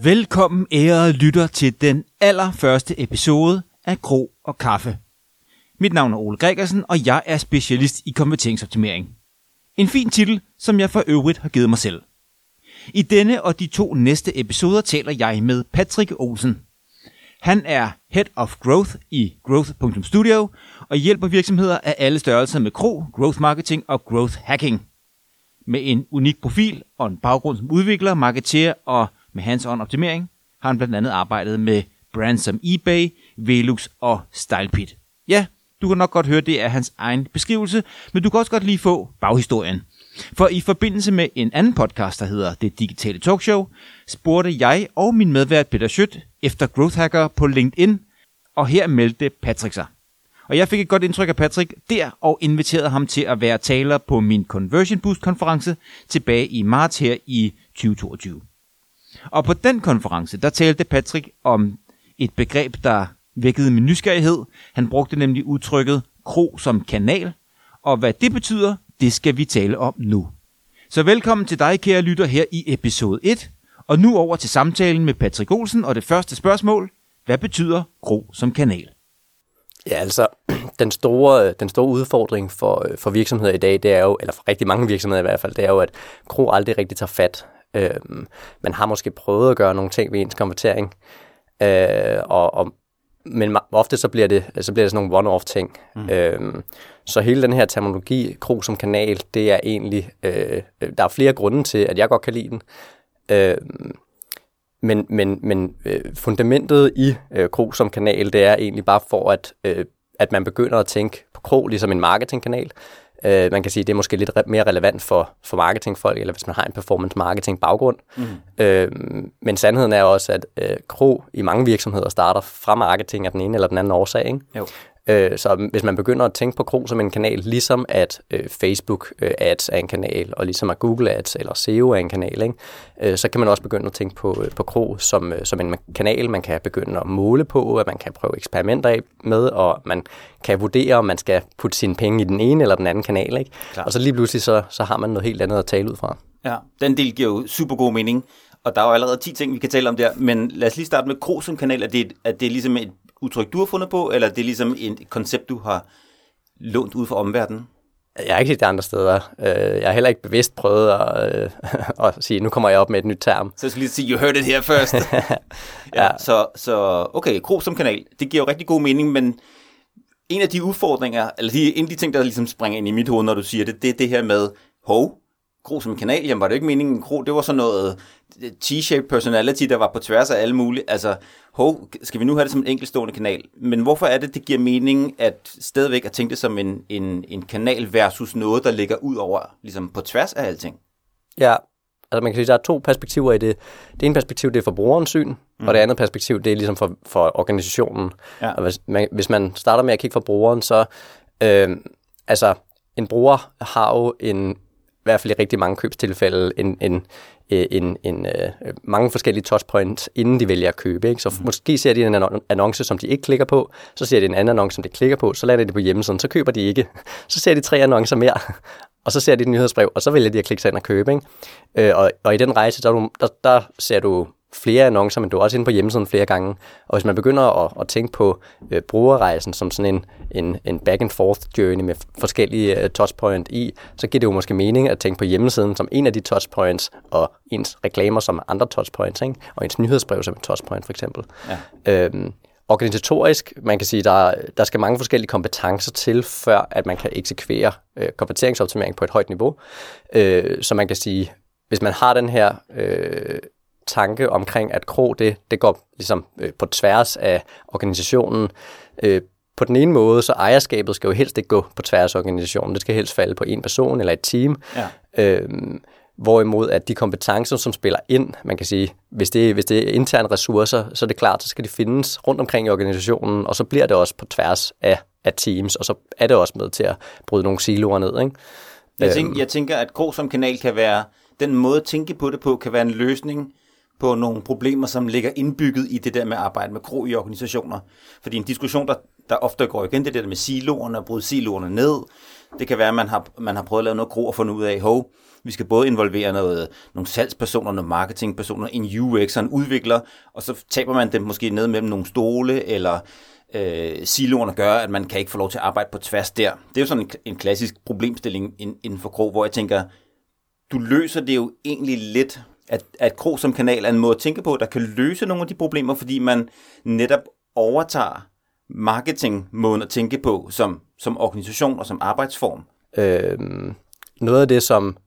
Velkommen ærede lytter til den allerførste episode af Kro og Kaffe. Mit navn er Ole Gregersen, og jeg er specialist i konverteringsoptimering. En fin titel, som jeg for øvrigt har givet mig selv. I denne og de 2 næste episoder taler jeg med Patrick Olsen. Han er Head of Growth i Growth.studio og hjælper virksomheder af alle størrelser med Kro, growth marketing og growth hacking. Med en unik profil og en baggrund som udvikler, marketerer og med hands-on optimering har han blandt andet arbejdet med brands som eBay, Velux og StylePit. Ja, du kan nok godt høre, det er hans egen beskrivelse, men du kan også godt lige få baghistorien. For i forbindelse med en anden podcast, der hedder Det Digitale Talkshow, spurgte jeg og min medvært Peter Schødt efter growth hacker på LinkedIn, og her meldte Patrick sig. Og jeg fik et godt indtryk af Patrick der, og inviterede ham til at være taler på min Conversion Boost-konference tilbage i marts her i 2022. Og på den konference, der talte Patrick om et begreb, der vækkede min nysgerrighed. Han brugte nemlig udtrykket Kro som kanal, og hvad det betyder, det skal vi tale om nu. Så velkommen til dig, kære lytter, her i episode 1, og nu over til samtalen med Patrick Olsen, og det første spørgsmål: hvad betyder Kro som kanal? Ja, altså, den store udfordring for virksomheder i dag, det er jo, eller for rigtig mange virksomheder i hvert fald, det er jo, at Kro aldrig rigtig tager fat. Man har måske prøvet at gøre nogle ting ved ens konvertering, men ofte så bliver det sådan nogle one-off ting. Så hele den her terminologi, Kro som kanal, det er egentlig, der er flere grunde til, at jeg godt kan lide den. Men fundamentet i Kro som kanal, det er egentlig bare for, at man begynder at tænke på Kro ligesom en marketingkanal. Man kan sige, at det er måske lidt mere relevant for marketingfolk, eller hvis man har en performance marketing baggrund. Men sandheden er også, at Kro i mange virksomheder starter fra marketing af den ene eller den anden årsag, ikke? Jo. Så hvis man begynder at tænke på Kro som en kanal, ligesom at Facebook ads er en kanal, og ligesom at Google ads eller SEO er en kanal, ikke? Så kan man også begynde at tænke på Kro som en kanal, man kan begynde at måle på, at man kan prøve eksperimenter af med, og man kan vurdere, om man skal putte sine penge i den ene eller den anden kanal, ikke? Og så lige pludselig så har man noget helt andet at tale ud fra. Ja, den del giver jo super god mening, og der er jo allerede 10 ting, vi kan tale om der, men lad os lige starte med Kro som kanal. Er det ligesom et udtryk, du har fundet på, eller er det ligesom et koncept, du har lånt ud fra omverdenen? Jeg har ikke set det andre steder. Jeg har heller ikke bevidst prøvet at sige, nu kommer jeg op med et nyt term. Så jeg skal lige sige, you heard it here first. Ja. Så okay, Kro som kanal, det giver jo rigtig god mening, men en af de udfordringer, eller en af de ting, der ligesom springer ind i mit hoved, når du siger det, det er det her med, Kro som en kanal, jamen var det ikke meningen, Kro, det var sådan noget T-shaped personality, der var på tværs af alle mulige, altså, skal vi nu have det som en enkeltstående kanal? Men hvorfor er det giver mening at stadigvæk at tænke det som en kanal versus noget, der ligger ud over, ligesom på tværs af alting? Ja, altså man kan sige, der er 2 perspektiver i det. Det ene perspektiv, det er for brugerens syn, og det andet perspektiv, det er ligesom for organisationen. Ja. Og hvis man starter med at kigge for brugeren, så, altså, en bruger har jo i hvert fald i rigtig mange købstilfælde mange forskellige touchpoints, inden de vælger at købe, ikke? Så måske ser de en annonce, som de ikke klikker på, så ser de en anden annonce, som de klikker på, så lander de på hjemmesiden, så køber de ikke. Så ser de 3 annoncer mere, og så ser de et nyhedsbrev, og så vælger de at klikke sig ind og købe, ikke? Og i den rejse, der ser du flere annoncer, men du er også inde på hjemmesiden flere gange. Og hvis man begynder at tænke på brugerrejsen som sådan en back and forth journey med forskellige touchpoint i, så giver det jo måske mening at tænke på hjemmesiden som en af de touchpoints, og ens reklamer som andre touchpoints, ikke? Og ens nyhedsbrev som en touchpoint for eksempel. Ja. Organisatorisk, man kan sige, der skal mange forskellige kompetencer til, før at man kan eksekvere konverteringsoptimering på et højt niveau. Så man kan sige, hvis man har den her tanke omkring, at Kro, det går ligesom på tværs af organisationen. På den ene måde, så ejerskabet skal jo helst ikke gå på tværs af organisationen. Det skal helst falde på en person eller et team. Ja. Hvorimod at de kompetencer, som spiller ind, man kan sige, hvis det er interne ressourcer, så er det klart, så skal de findes rundt omkring i organisationen, og så bliver det også på tværs af teams, og så er det også med til at bryde nogle siloer ned, ikke? Jeg tænker, at Kro som kanal kan være, den måde at tænke på det på, kan være en løsning på nogle problemer, som ligger indbygget i det der med at arbejde med Kro i organisationer. Fordi en diskussion, der ofte går igen, det der med siloerne, at bryde siloerne ned. Det kan være, at man har prøvet at lave noget Kro og fundet ud af, Vi skal både involvere nogle salgspersoner, nogle marketingpersoner, en UX og en udvikler, og så taber man dem måske ned mellem nogle stole, eller siloerne gør, at man kan ikke få lov til at arbejde på tværs der. Det er jo sådan en klassisk problemstilling inden for Kro, hvor jeg tænker, du løser det jo egentlig lidt, at Kro som kanal er en måde at tænke på, der kan løse nogle af de problemer, fordi man netop overtager marketingmåden at tænke på som organisation og som arbejdsform. Noget af det, som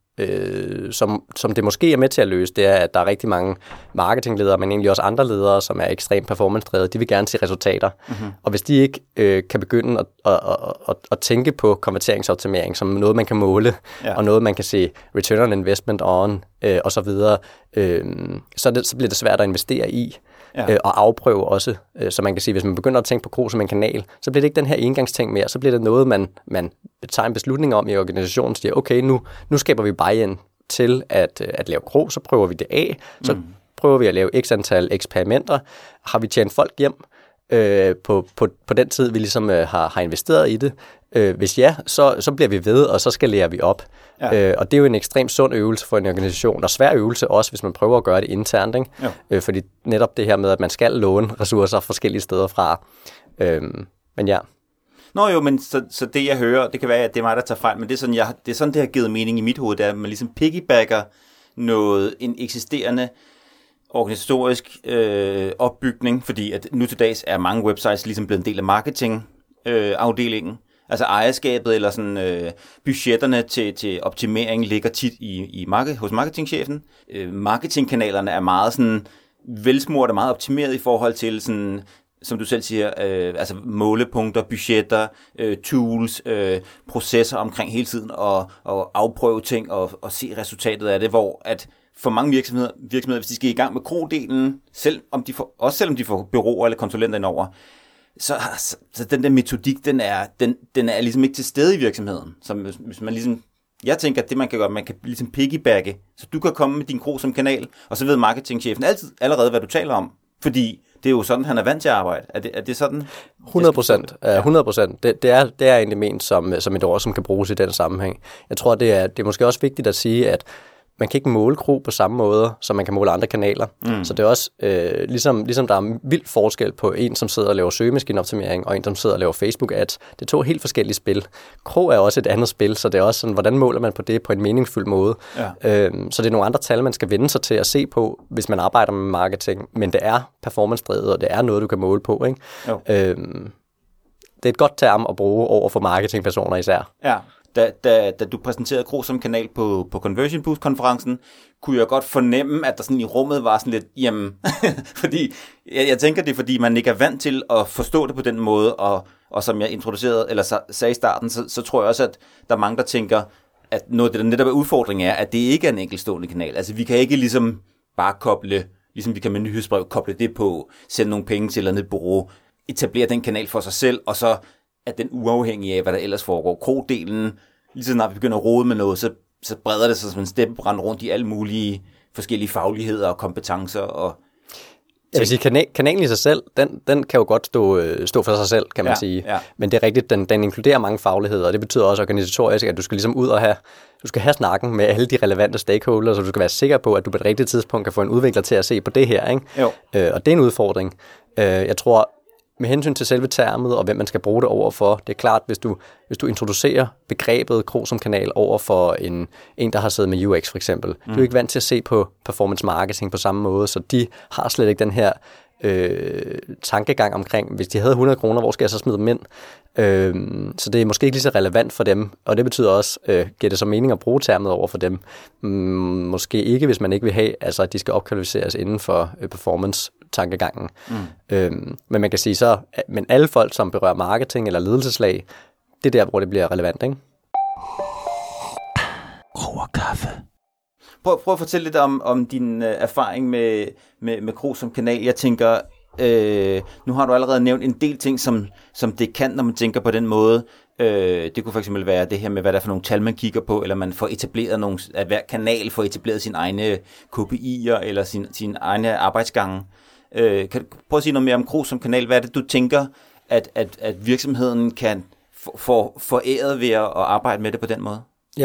det måske er med til at løse, det er, at der er rigtig mange marketingledere, men egentlig også andre ledere, som er ekstremt performance-drevet. De vil gerne se resultater. Mm-hmm. Og hvis de ikke kan begynde at tænke på konverteringsoptimering som noget, man kan måle, og noget, man kan se return on investment on, og så videre, så bliver det svært at investere i. Og afprøve også, så man kan sige, hvis man begynder at tænke på Kro som en kanal, så bliver det ikke den her engangsting mere, så bliver det noget, man tager en beslutning om i organisationen, siger, okay, nu skaber vi buy-in til at lave Kro, så prøver vi det af, så prøver vi at lave x antal eksperimenter, har vi tjent folk hjem på den tid, vi ligesom har investeret i det. Hvis ja, så bliver vi ved, og så skalerer vi op. Ja. Og det er jo en ekstremt sund øvelse for en organisation, og svær øvelse også, hvis man prøver at gøre det internt. Ikke? Fordi netop det her med, at man skal låne ressourcer forskellige steder fra. Men ja. Nå jo, men så det jeg hører, det kan være, at det er mig, der tager fejl, men det er sådan, det har givet mening i mit hoved, det er, at man ligesom piggybacker en eksisterende organisatorisk opbygning, fordi at nu til dags er mange websites ligesom blevet en del af marketingafdelingen. Altså ejerskabet eller sådan budgetterne til optimering ligger tit hos marketingchefen. Marketingkanalerne er meget sådan velsmurt og meget optimeret i forhold til sådan, som du selv siger, altså målepunkter, budgetter, tools, processer omkring hele tiden og afprøve ting og se resultatet af det, hvor at for mange virksomheder, hvis de skal i gang med Kro-delen, selvom de får bureauer eller konsulenter indover, så den der metodik, den er ligesom ikke til stede i virksomheden. Så hvis man ligesom, jeg tænker, at det man kan gøre, man kan ligesom piggybacke, så du kan komme med din Kro som kanal, og så ved marketingchefen altid allerede, hvad du taler om, fordi det er jo sådan, han er vant til at arbejde. Er det sådan? 100%. 100%. Det er egentlig ment som et ord, som kan bruges i den sammenhæng. Jeg tror, det er måske også vigtigt at sige, at man kan ikke måle Kro på samme måde, som man kan måle andre kanaler. Så det er også, ligesom der er vild forskel på en, som sidder og laver søgemaskineoptimering, og en, som sidder og laver Facebook-ads. Det er to helt forskellige spil. Kro er også et andet spil, så det er også sådan, hvordan måler man på det på en meningsfuld måde. Ja. Så det er nogle andre tal, man skal vende sig til at se på, hvis man arbejder med marketing. Men det er performance-drevet, og det er noget, du kan måle på. Ikke? Det er et godt term at bruge over for marketingpersoner især. Ja. Da du præsenterede Kro som kanal på Conversion Boost-konferencen, kunne jeg godt fornemme, at der sådan i rummet var sådan lidt, jamen, fordi jeg tænker, det er fordi, man ikke er vant til at forstå det på den måde, og som jeg introducerede, eller sagde i starten, så tror jeg også, at der er mange, der tænker, at noget af det, der netop er udfordringen er, at det ikke er en enkeltstående kanal. Altså, vi kan ikke ligesom bare koble, ligesom vi kan med nyhedsbrev, koble det på, sende nogle penge til et eller andet bureau, etablere den kanal for sig selv, og så at den uafhængig af, hvad der ellers foregår. Kro-delen, lige så snart vi begynder at rode med noget, så breder det sig som en steppebrand rundt i alle mulige forskellige fagligheder og kompetencer. Og jeg vil sige, kanalen i sig selv, den kan jo godt stå for sig selv, kan man sige. Ja. Men det er rigtigt, den inkluderer mange fagligheder, og det betyder også organisatorisk, at du skal ligesom ud og have snakken med alle de relevante stakeholders, så du skal være sikker på, at du på et rigtigt tidspunkt kan få en udvikler til at se på det her. Ikke? Og det er en udfordring. Jeg tror, med hensyn til selve termet og hvem man skal bruge det overfor, det er klart, hvis du introducerer begrebet Kro som kanal over for en, der har siddet med UX for eksempel. Du er ikke vant til at se på performance marketing på samme måde, så de har slet ikke den her tankegang omkring, hvis de havde 100 kroner, hvor skal jeg så smide dem ind? Så det er måske ikke lige så relevant for dem, og det betyder også, giver det så mening at bruge termet over for dem. Måske ikke, hvis man ikke vil have, altså at de skal opkvalificeres inden for performance-tankegangen. Men man kan sige så, men alle folk, som berører marketing eller ledelseslag, det er der, hvor det bliver relevant, ikke? Kro og kaffe. Prøv at fortælle lidt om din erfaring med Kro som kanal. Jeg tænker, nu har du allerede nævnt en del ting, som det kan, når man tænker på den måde. Det kunne for eksempel være det her med, hvad der er for nogle tal, man kigger på, eller man får etableret at hver kanal får etableret sine egne KPI'er, eller sin egne arbejdsgange. Kan du prøve at sige noget mere om Kro som kanal? Hvad er det, du tænker, at virksomheden kan få foræret ved at arbejde med det på den måde? Ja,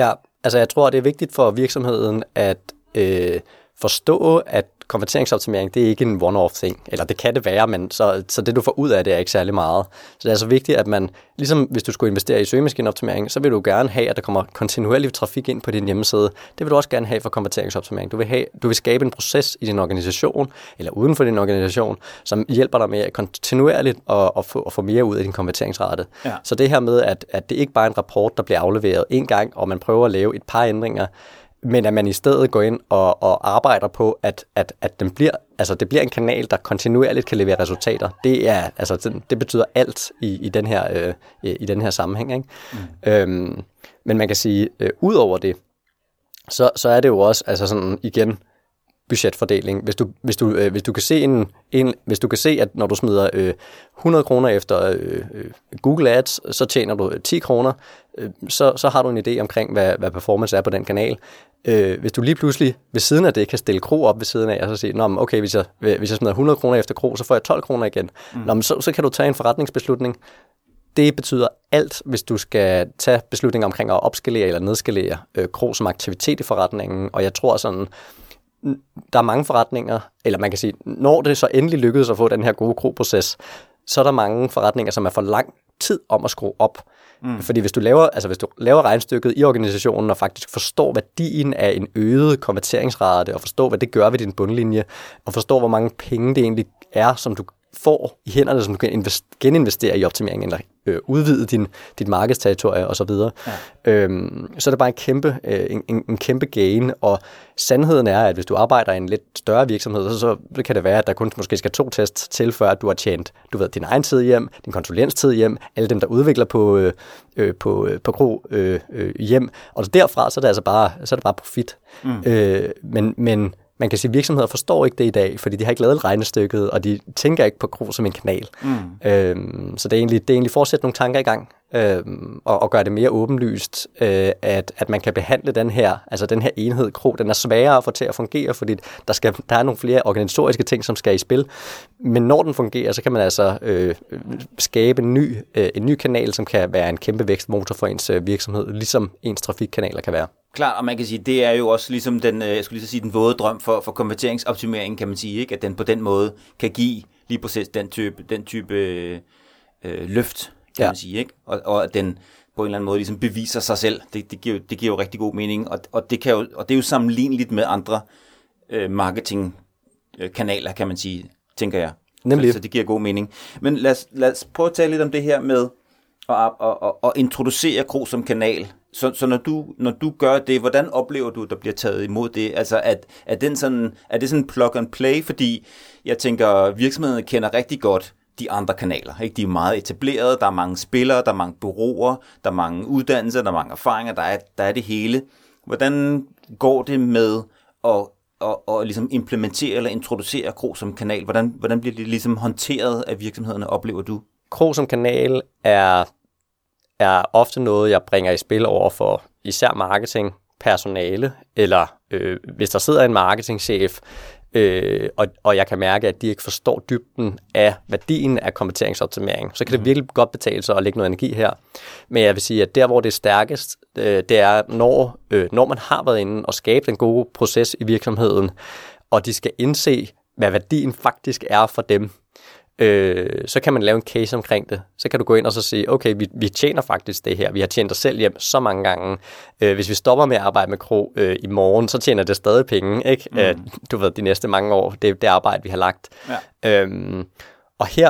Altså jeg tror, det er vigtigt for virksomheden at forstå, at konverteringsoptimering, det er ikke en one-off ting, eller det kan det være, men så det du får ud af det er ikke særlig meget. Så det er altså vigtigt, at man, ligesom hvis du skulle investere i søgemaskineoptimering, så vil du gerne have, at der kommer kontinuerlig trafik ind på din hjemmeside. Det vil du også gerne have for konverteringsoptimering. Du vil skabe en proces i din organisation, eller uden for din organisation, som hjælper dig med kontinuerligt at få mere ud af din konverteringsrate. Ja. Så det her med, at det ikke bare er en rapport, der bliver afleveret en gang, og man prøver at lave et par ændringer, men at man i stedet går ind og arbejder på, at det bliver en kanal, der kontinuerligt kan levere resultater. Det betyder alt i den her sammenhæng. Ikke? Men man kan sige, ud over det, så er det jo også sådan igen budgetfordeling. Hvis du kan se hvis du kan se, at når du smider 100 kroner efter Google Ads, så tjener du 10 kroner, så har du en idé omkring, hvad performance er på den kanal. Hvis du lige pludselig ved siden af det kan stille Kro op ved siden af, og så sige, okay, hvis jeg smider 100 kroner efter Kro, så får jeg 12 kroner igen. Så kan du tage en forretningsbeslutning. Det betyder alt, hvis du skal tage beslutninger omkring at opskalere eller nedskalere Kro som aktivitet i forretningen. Og jeg tror sådan, der er mange forretninger, eller man kan sige, når det så endelig lykkedes at få den her gode Kro-proces, så er der mange forretninger, som er for lang tid om at skrue op. Fordi hvis du laver regnstykket i organisationen og faktisk forstår værdien af en øget konverteringsrate, og forstår, hvad det gør ved din bundlinje, og forstår, hvor mange penge det egentlig er, som du får i hænderne, som du kan geninvestere i optimeringen, eller udvide dit markedsterritorie osv., så er det bare en kæmpe gain, og sandheden er, at hvis du arbejder i en lidt større virksomhed, så kan det være, at der kun måske skal 2 tests til, før at du har tjent din egen tid hjem, din konsulenttid hjem, alle dem, der udvikler på Kro hjem, og derfra så er det altså bare profit. Men man kan sige, at virksomheder forstår ikke det i dag, fordi de har ikke lavet regnestykket, og de tænker ikke på Kro som en kanal. Så det er egentlig for at sætte nogle tanker i gang, og gøre det mere åbenlyst, at man kan behandle den her enhed Kro. Den er sværere at få til at fungere, fordi der er nogle flere organisatoriske ting, som skal i spil. Men når den fungerer, så kan man altså skabe en ny kanal, som kan være en kæmpe vækstmotor for ens virksomhed, ligesom ens trafikkanaler kan være. Klart, og man kan sige, det er jo også ligesom den våde drøm for konverteringsoptimering, kan man sige, ikke? At den på den måde kan give lige præcis den type løft, kan man sige, ikke? Og at den på en eller anden måde ligesom beviser sig selv. Det giver jo rigtig god mening, og det er jo sammenligneligt med andre marketingkanaler, kan man sige, tænker jeg. Nemlig. Så det giver god mening. Men lad os prøve at tale lidt om det her med at introducere Kro som kanal. Så når du gør det, hvordan oplever du, der bliver taget imod det? Altså, er det sådan plug and play? Fordi jeg tænker, virksomhederne kender rigtig godt de andre kanaler. Ikke? De er meget etablerede, der er mange spillere, der er mange bureauer, der er mange uddannelser, der er mange erfaringer, der er det hele. Hvordan går det med at ligesom implementere eller introducere Kro som kanal? Hvordan bliver det ligesom håndteret af virksomhederne, oplever du? Kro som kanal er ofte noget, jeg bringer i spil over for især marketing, personale, eller hvis der sidder en marketingchef, og jeg kan mærke, at de ikke forstår dybden af værdien af konverteringsoptimering, så kan det virkelig godt betale sig at lægge noget energi her. Men jeg vil sige, at der, hvor det er stærkest, det er, når man har været inde og skabt en god proces i virksomheden, og de skal indse, hvad værdien faktisk er for dem, så kan man lave en case omkring det. Så kan du gå ind og så sige, okay, vi tjener faktisk det her. Vi har tjent os selv hjem så mange gange. Hvis vi stopper med at arbejde med Kro i morgen, så tjener det stadig penge, ikke? Du ved, de næste mange år, det er det arbejde, vi har lagt. Ja. Og her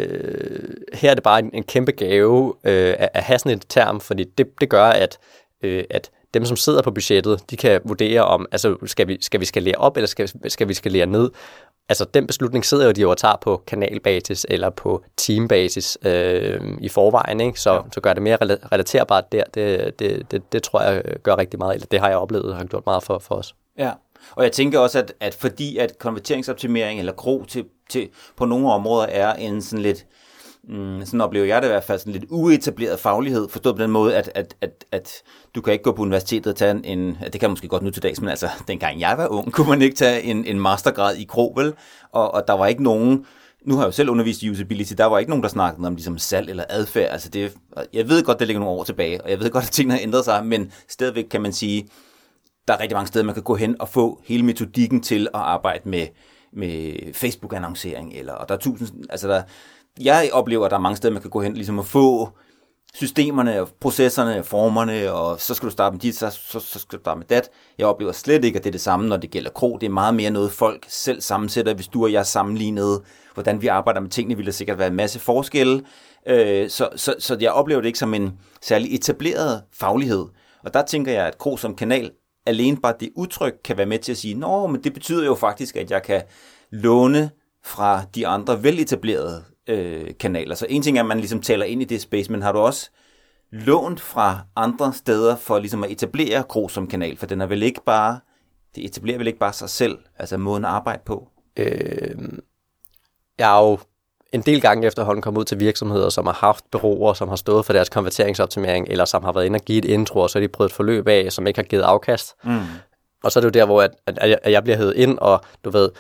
er det bare en kæmpe gave at have sådan et term, fordi det gør, at dem, som sidder på budgettet, de kan vurdere om, altså skal vi skalere op, eller skal vi skalere ned? Altså den beslutning sidder de jo og tager på kanalbasis eller på teambasis i forvejen, ikke? Så gør det mere relaterbart der. Det tror jeg gør rigtig meget, eller det har jeg oplevet, har gjort meget for os. Ja, og jeg tænker også, at fordi at konverteringsoptimering eller Kro til på nogle områder er en sådan lidt, sådan oplever jeg det i hvert fald, sådan lidt uetableret faglighed, forstået på den måde, at du kan ikke gå på universitetet og tage det kan jeg måske godt nu til dags, men altså dengang jeg var ung, kunne man ikke tage en mastergrad i Kro, vel? Og der var ikke nogen nu har jeg jo selv undervist i usability, der var ikke nogen, der snakkede om ligesom salg eller adfærd. Altså jeg ved godt, det ligger nogle år tilbage, og jeg ved godt, at tingene har ændret sig, men stadigvæk kan man sige, der er rigtig mange steder, man kan gå hen og få hele metodikken til at arbejde med Facebook-annoncering, og der er jeg oplever, at der er mange steder, man kan gå hen ligesom at få systemerne, processerne, formerne, og så skal du starte med dit, så skal du starte med dat. Jeg oplever slet ikke, at det er det samme, når det gælder Kro. Det er meget mere noget, folk selv sammensætter. Hvis du og jeg sammenlignede, hvordan vi arbejder med tingene, ville der sikkert være en masse forskelle. Så jeg oplever det ikke som en særlig etableret faglighed. Og der tænker jeg, at Kro som kanal, alene bare det udtryk, kan være med til at sige, men det betyder jo faktisk, at jeg kan låne fra de andre veletablerede kanaler. Så en ting er, at man ligesom taler ind i det space, men har du også lånt fra andre steder for ligesom at etablere Kro som kanal? For den er vel ikke bare, det etablerer vel ikke bare sig selv, altså måden at arbejde på? Jeg er jo en del gange efterhånden kommet ud til virksomheder, som har haft bureauer, som har stået for deres konverteringsoptimering, eller som har været inde og give et intro, og så har de prøvet et forløb af, som ikke har givet afkast. Og så er det jo der, hvor at jeg bliver hævet ind, og du ved,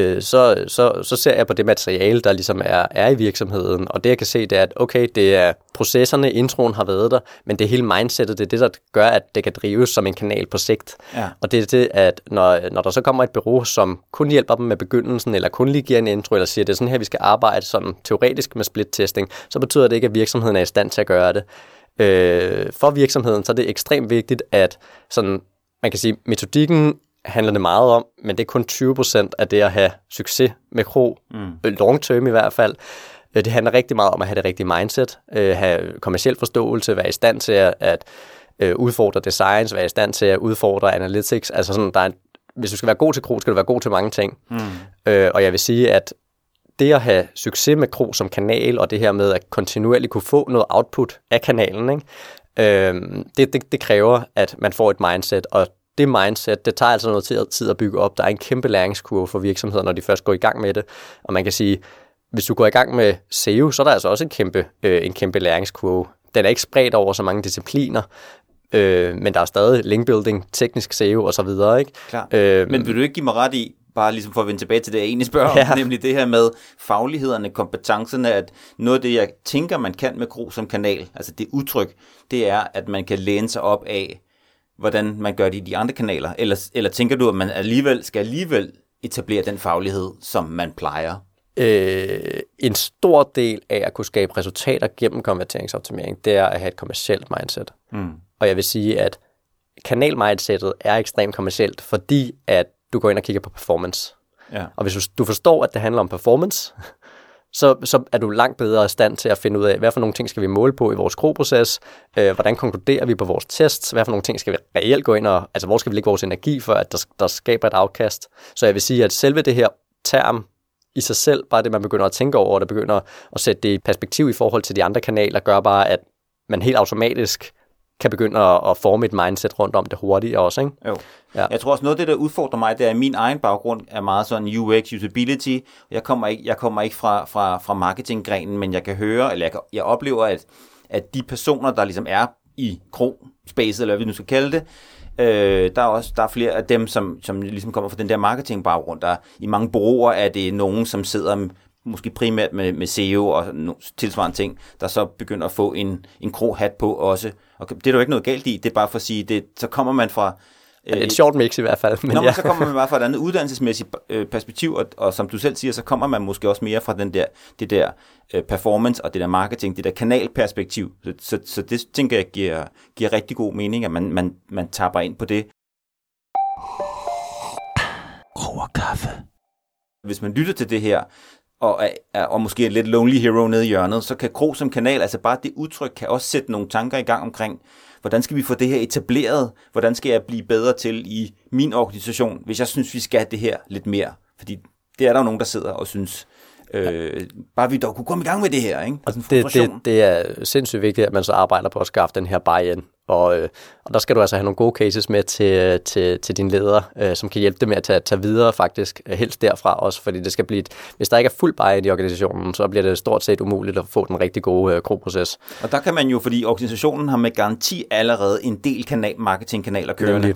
så ser jeg på det materiale, der ligesom er i virksomheden, og det jeg kan se, det er, at okay, det er processerne, introen har været der, men det er hele mindsetet, det er det, der gør, at det kan drives som en kanal på sigt. Ja. Og det er det, at når der så kommer et bureau, som kun hjælper dem med begyndelsen, eller kun lige giver en intro, eller siger, det er sådan her, vi skal arbejde sådan teoretisk med split-testing, så betyder det ikke, at virksomheden er i stand til at gøre det. For virksomheden, så er det ekstremt vigtigt, at sådan, man kan sige, metodikken handler det meget om, men det er kun 20% af det at have succes med Kro, long term i hvert fald. Det handler rigtig meget om at have det rigtige mindset, have kommerciel forståelse, være i stand til at udfordre designs, være i stand til at udfordre analytics. Altså sådan, hvis du skal være god til Kro, skal du være god til mange ting. Og jeg vil sige, at det at have succes med Kro som kanal, og det her med at kontinuerligt kunne få noget output af kanalen, ikke? Det kræver, at man får et mindset, og det mindset, det tager altså noget tid at bygge op. Der er en kæmpe læringskurve for virksomheder, når de først går i gang med det. Og man kan sige, hvis du går i gang med SEO, så er der altså også en kæmpe læringskurve. Den er ikke spredt over så mange discipliner, men der er stadig linkbuilding, teknisk SEO og så videre, ikke? Klar. Men vil du ikke give mig ret i, bare ligesom for at vende tilbage til det, jeg egentlig spørger om, nemlig det her med faglighederne, kompetencerne, at noget af det, jeg tænker, man kan med Kro som kanal, altså det udtryk, det er, at man kan læne sig op af, hvordan man gør det i de andre kanaler? Eller tænker du, at man skal etablere den faglighed, som man plejer? En stor del af at kunne skabe resultater gennem konverteringsoptimering, det er at have et kommercielt mindset. Og jeg vil sige, at kanalmindsetet er ekstremt kommercielt, fordi at du går ind og kigger på performance. Ja. Og hvis du forstår, at det handler om performance, så er du langt bedre i stand til at finde ud af, hvad for nogle ting skal vi måle på i vores Kro-proces, hvordan konkluderer vi på vores tests, hvad for nogle ting skal vi reelt gå ind og, altså hvor skal vi lægge vores energi for, at der skaber et afkast. Så jeg vil sige, at selve det her term i sig selv, bare det man begynder at tænke over, og det begynder at sætte det i perspektiv i forhold til de andre kanaler, gør bare, at man helt automatisk kan begynde at forme et mindset rundt om det hurtigt også, ikke? Jo. Ja. Jeg tror også noget af det, der udfordrer mig, det er, min egen baggrund er meget sådan UX, usability. Jeg kommer ikke fra marketinggrenen, men jeg kan høre, eller jeg oplever, at de personer, der ligesom er i Kro-spacet, eller hvad vi nu skal kalde det, der er flere af dem, som ligesom kommer fra den der marketingbaggrund. Der i mange bureauer er det nogen, som sidder måske primært med SEO og tilsvarende ting, der så begynder at få en Kro-hat på også. Og det er jo ikke noget galt i, det er bare for at sige, så kommer man fra... et sjovt mix i hvert fald. Men så kommer man bare fra et andet uddannelsesmæssigt perspektiv, og som du selv siger, så kommer man måske også mere fra det der performance og det der marketing, det der kanalperspektiv. Så det tænker jeg giver rigtig god mening, at man tapper ind på det. Kro og kaffe. Hvis man lytter til det her, og måske en lidt lonely hero nede i hjørnet, så kan Kro som kanal, altså bare det udtryk, kan også sætte nogle tanker i gang omkring, hvordan skal vi få det her etableret? Hvordan skal jeg blive bedre til i min organisation, hvis jeg synes, vi skal have det her lidt mere? Fordi det er der jo nogen, der sidder og synes, bare vi dog kunne komme i gang med det her, ikke? Altså det er sindssygt vigtigt, at man så arbejder på at skaffe den her buy-in. Og der skal du altså have nogle gode cases med til dine ledere, som kan hjælpe dem med at tage videre faktisk, helst derfra også, fordi det skal blive hvis der ikke er fuld buy-in i organisationen, så bliver det stort set umuligt at få den rigtig gode Kro-proces. Og der kan man jo, fordi organisationen har med garanti allerede en del marketingkanaler kørende.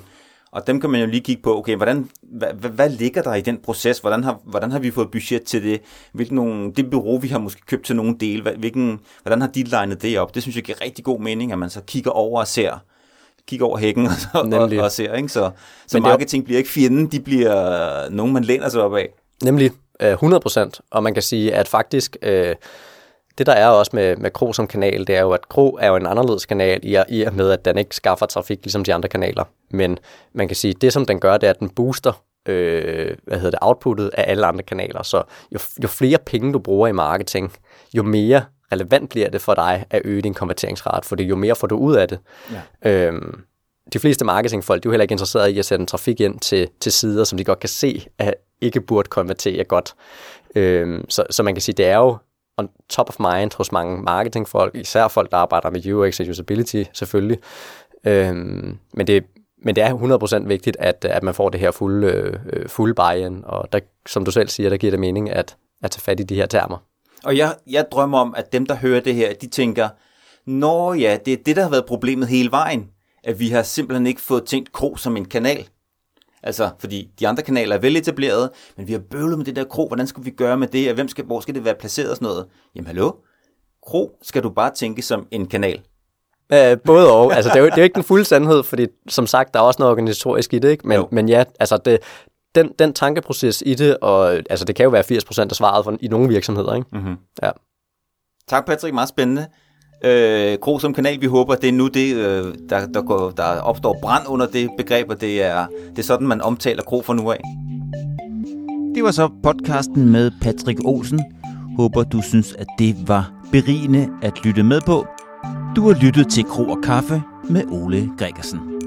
Og dem kan man jo lige kigge på, okay, hvad ligger der i den proces? Hvordan har vi fået budget til det? Det bureau, vi har måske købt til nogle dele, hvordan har de legnet det op? Det synes jeg giver rigtig god mening, at man så kigger over og ser. Kigger over hækken og ser, ikke? Så marketing bliver ikke fjenden, de bliver nogen, man læner sig op af. Nemlig 100%, og man kan sige, at faktisk det der er også med Kro som kanal, det er jo, at Kro er jo en anderledes kanal i og med, at den ikke skaffer trafik ligesom de andre kanaler. Men man kan sige, at det som den gør, det er, at den booster outputtet af alle andre kanaler. Så jo flere penge du bruger i marketing, jo mere relevant bliver det for dig at øge din konverteringsrate, for jo mere får du ud af det. Ja. De fleste marketingfolk, de er jo heller ikke interesserede i at sende trafik ind til sider, som de godt kan se, at ikke burde konvertere godt. Så man kan sige, det er jo on top of mind hos mange marketingfolk, især folk, der arbejder med UX og usability selvfølgelig. Men det er 100% vigtigt, at man får det her fulde buy-in, og der, som du selv siger, der giver det mening at tage fat i de her termer. Og jeg drømmer om, at dem, der hører det her, de tænker, nå ja, det er det, der har været problemet hele vejen, at vi har simpelthen ikke fået tænkt Kro som en kanal. Altså, fordi de andre kanaler er veletablerede, men vi har bøvlet med det der Kro, hvordan skal vi gøre med det, og hvor skal det være placeret og sådan noget? Jamen hallo, Kro skal du bare tænke som en kanal. Både og, altså det er jo ikke den fulde sandhed, fordi som sagt, der er også noget organisatorisk i det, ikke? Men ja, altså den tankeproces i det, og altså det kan jo være 80% af svaret i nogle virksomheder, ikke? Mm-hmm. Ja. Tak Patrick, meget spændende. Kro som kanal, vi håber, det er nu det, der opstår brand under det begreb, og det er sådan, man omtaler Kro fra nu af. Det var så podcasten med Patrick Olsen. Håber, du synes, at det var berigende at lytte med på. Du har lyttet til Kro og Kaffe med Ole Gregersen.